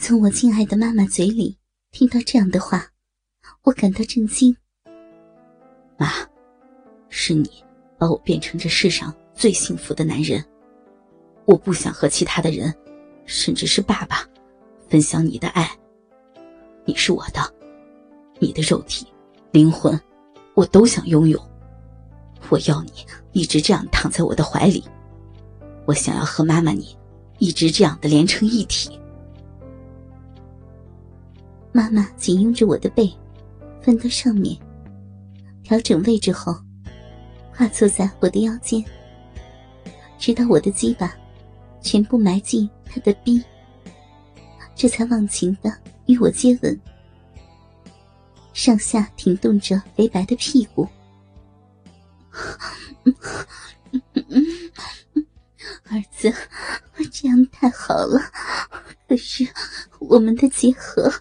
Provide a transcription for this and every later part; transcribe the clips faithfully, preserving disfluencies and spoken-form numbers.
从我敬爱的妈妈嘴里听到这样的话，我感到震惊。 妈，是你把我变成这世上最幸福的男人，我不想和其他的人，甚至是爸爸，分享你的爱。你是我的，你的肉体、灵魂，我都想拥有。我要你一直这样躺在我的怀里，我想要和妈妈你一直这样的连成一体。 妈妈紧拥着我的背，翻到上面，调整位置后，跨坐在我的腰间，直到我的鸡巴全部埋进她的逼，这才忘情地与我接吻，上下挺动着肥白的屁股。儿子，这样太好了，可是我们的结合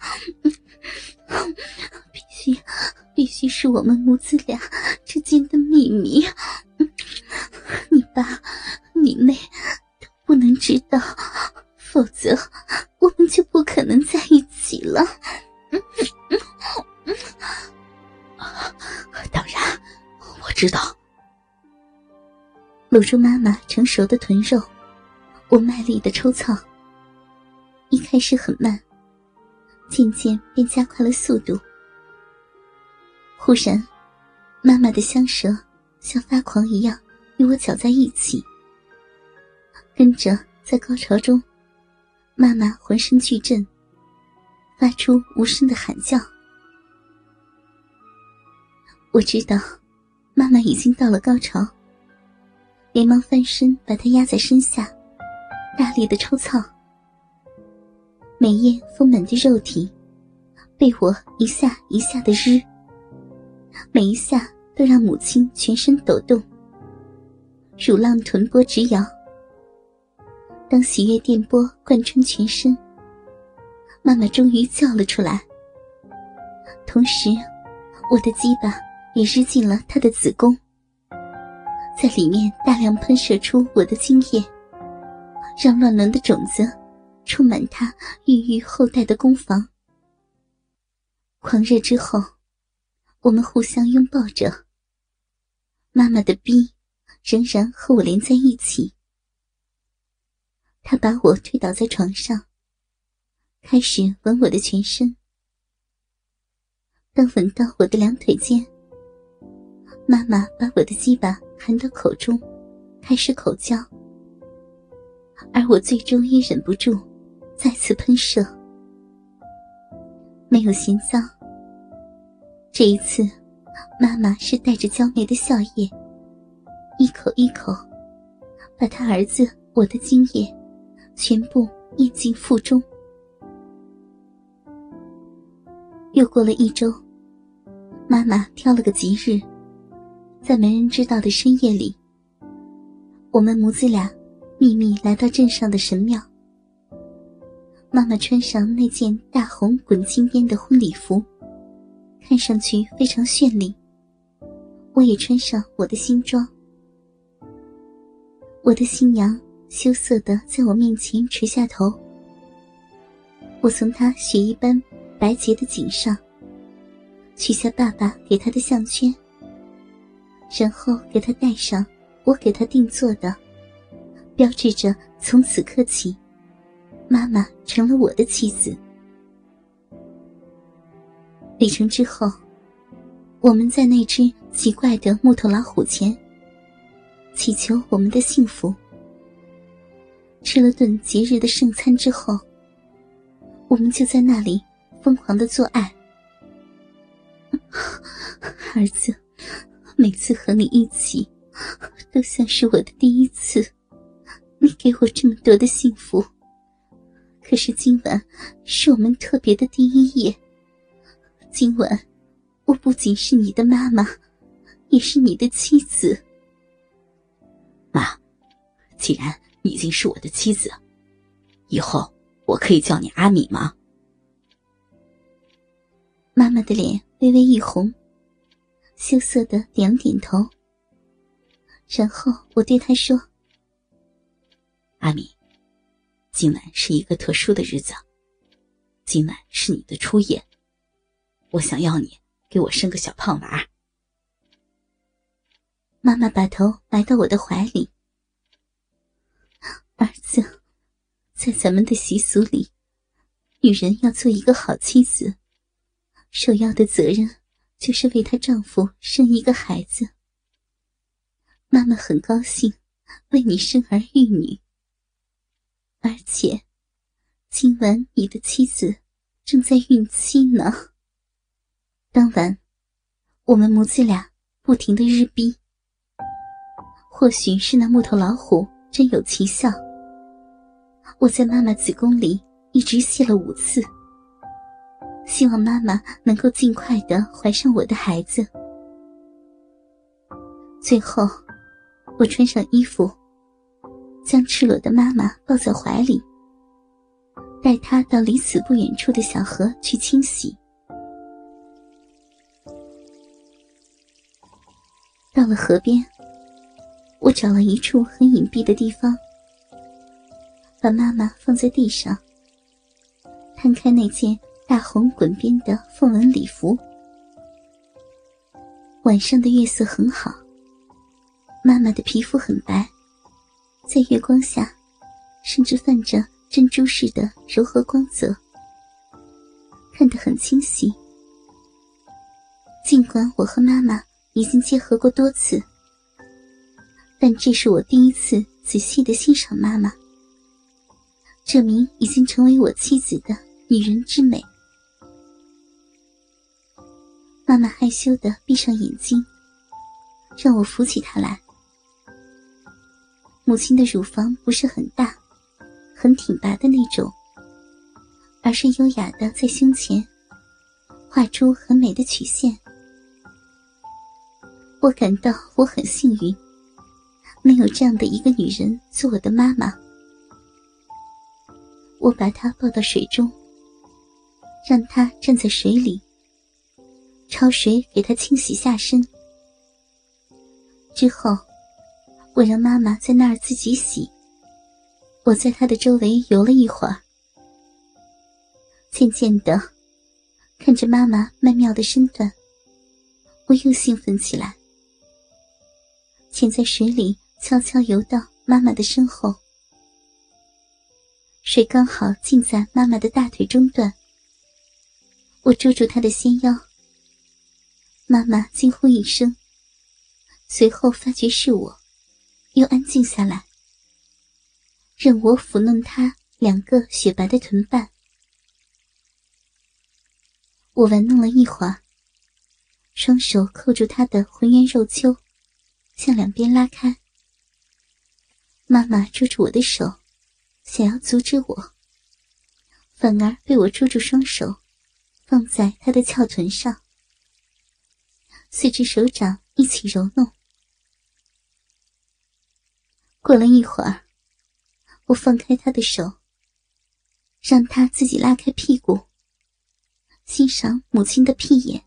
必须必须是我们母子俩之间的秘密，你爸你妹都不能知道，否则我们就不可能在一起了。 当然我知道。 搂住妈妈成熟的臀肉，我卖力地抽操，一开始很慢，渐渐便加快了速度。忽然，妈妈的香舌像发狂一样与我搅在一起，跟着在高潮中，妈妈浑身剧震，发出无声的喊叫。我知道妈妈已经到了高潮，连忙翻身把她压在身下，大力的抽操。美艳丰满的肉体被我一下一下的日，每一下都让母亲全身抖动，乳浪臀波直摇。当喜悦电波贯穿全身，妈妈终于叫了出来，同时我的鸡巴也日进了她的子宫，在里面大量喷射出我的精液，让乱伦的种子充满她孕育后代的宫房。狂热之后，我们互相拥抱着，妈妈的逼仍然和我连在一起。她把我推倒在床上，开始吻我的全身。当吻到我的两腿间，妈妈把我的鸡巴含到口中，开始口交，而我最终也忍不住再次喷射。没有嫌脏，这一次妈妈是带着娇媚的笑靥，一口一口把她儿子我的精液全部咽进腹中。又过了一周，妈妈挑了个吉日，在没人知道的深夜里，我们母子俩秘密来到镇上的神庙。妈妈穿上那件大红滚金边的婚礼服，看上去非常绚丽。我也穿上我的新装。我的新娘羞涩地在我面前垂下头，我从她雪一般白洁的颈上取下爸爸给她的项圈，然后给她戴上我给她定做的，标志着从此刻起妈妈成了我的妻子。礼成之后，我们在那只奇怪的木头老虎前祈求我们的幸福。吃了顿节日的圣餐之后，我们就在那里疯狂地做爱。儿子，每次和你一起都像是我的第一次，你给我这么多的幸福，可是今晚是我们特别的第一夜。今晚我不仅是你的妈妈，也是你的妻子。 妈，既然你已经是我的妻子，以后我可以叫你阿米吗？ 妈妈的脸微微一红，羞涩地点了点头。然后我对她说， 阿米，今晚是一个特殊的日子， 今晚是你的初夜，我想要你给我生个小胖娃。 妈妈把头埋到我的怀里。儿子，在咱们的习俗里，女人要做一个好妻子，首要的责任就是为她丈夫生一个孩子。妈妈很高兴为你生儿育女，而且今晚你的妻子正在孕期呢。当晚我们母子俩不停地日逼，或许是那木头老虎真有奇效，我在妈妈子宫里一直吸了五次，希望妈妈能够尽快地怀上我的孩子。最后我穿上衣服，将赤裸的妈妈抱在怀里，带她到离此不远处的小河去清洗。到了河边，我找了一处很隐蔽的地方，把妈妈放在地上，摊开那件大红滚边的凤纹礼服。晚上的月色很好，妈妈的皮肤很白，在月光下甚至泛着珍珠似的柔和光泽，看得很清晰。尽管我和妈妈已经结合过多次，但这是我第一次仔细地欣赏妈妈，这名已经成为我妻子的女人之美。妈妈害羞地闭上眼睛，让我扶起她来。母亲的乳房不是很大，很挺拔的那种，而是优雅地在胸前画出很美的曲线。我感到我很幸运，能有这样的一个女人做我的妈妈。我把她抱到水中，让她站在水里，焯水给她清洗下身。之后我让妈妈在那儿自己洗，我在她的周围游了一会儿。渐渐的，看着妈妈曼妙的身段，我又兴奋起来，潜在水里悄悄游到妈妈的身后。水刚好浸在妈妈的大腿中段，我捉住她的纤腰。妈妈惊呼一声，随后发觉是我，又安静下来，任我抚弄她两个雪白的臀瓣。我玩弄了一会儿，双手扣住她的浑圆肉丘，向两边拉开。妈妈捉住我的手，想要阻止我，反而被我捉住双手，放在她的翘臀上，随着手掌一起揉弄。过了一会儿，我放开她的手，让她自己拉开屁股，欣赏母亲的屁眼。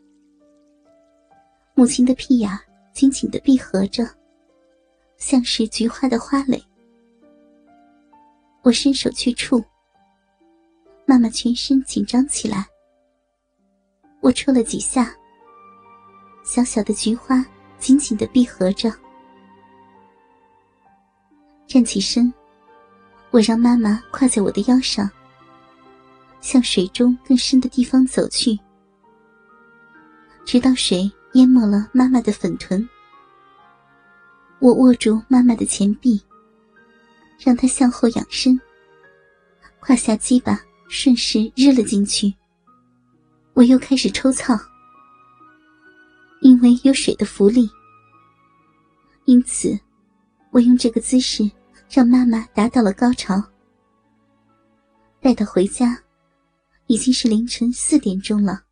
母亲的屁眼紧紧地闭合着，像是菊花的花蕾。我伸手去触，妈妈全身紧张起来。我戳了几下，小小的菊花紧紧地闭合着。站起身，我让妈妈跨在我的腰上，向水中更深的地方走去，直到水淹没了妈妈的粉臀。我握住妈妈的前臂，让她向后仰身，胯下鸡巴顺势日了进去。我又开始抽操，因为有水的浮力，因此我用这个姿势让妈妈达到了高潮。带她回家已经是凌晨四点钟了。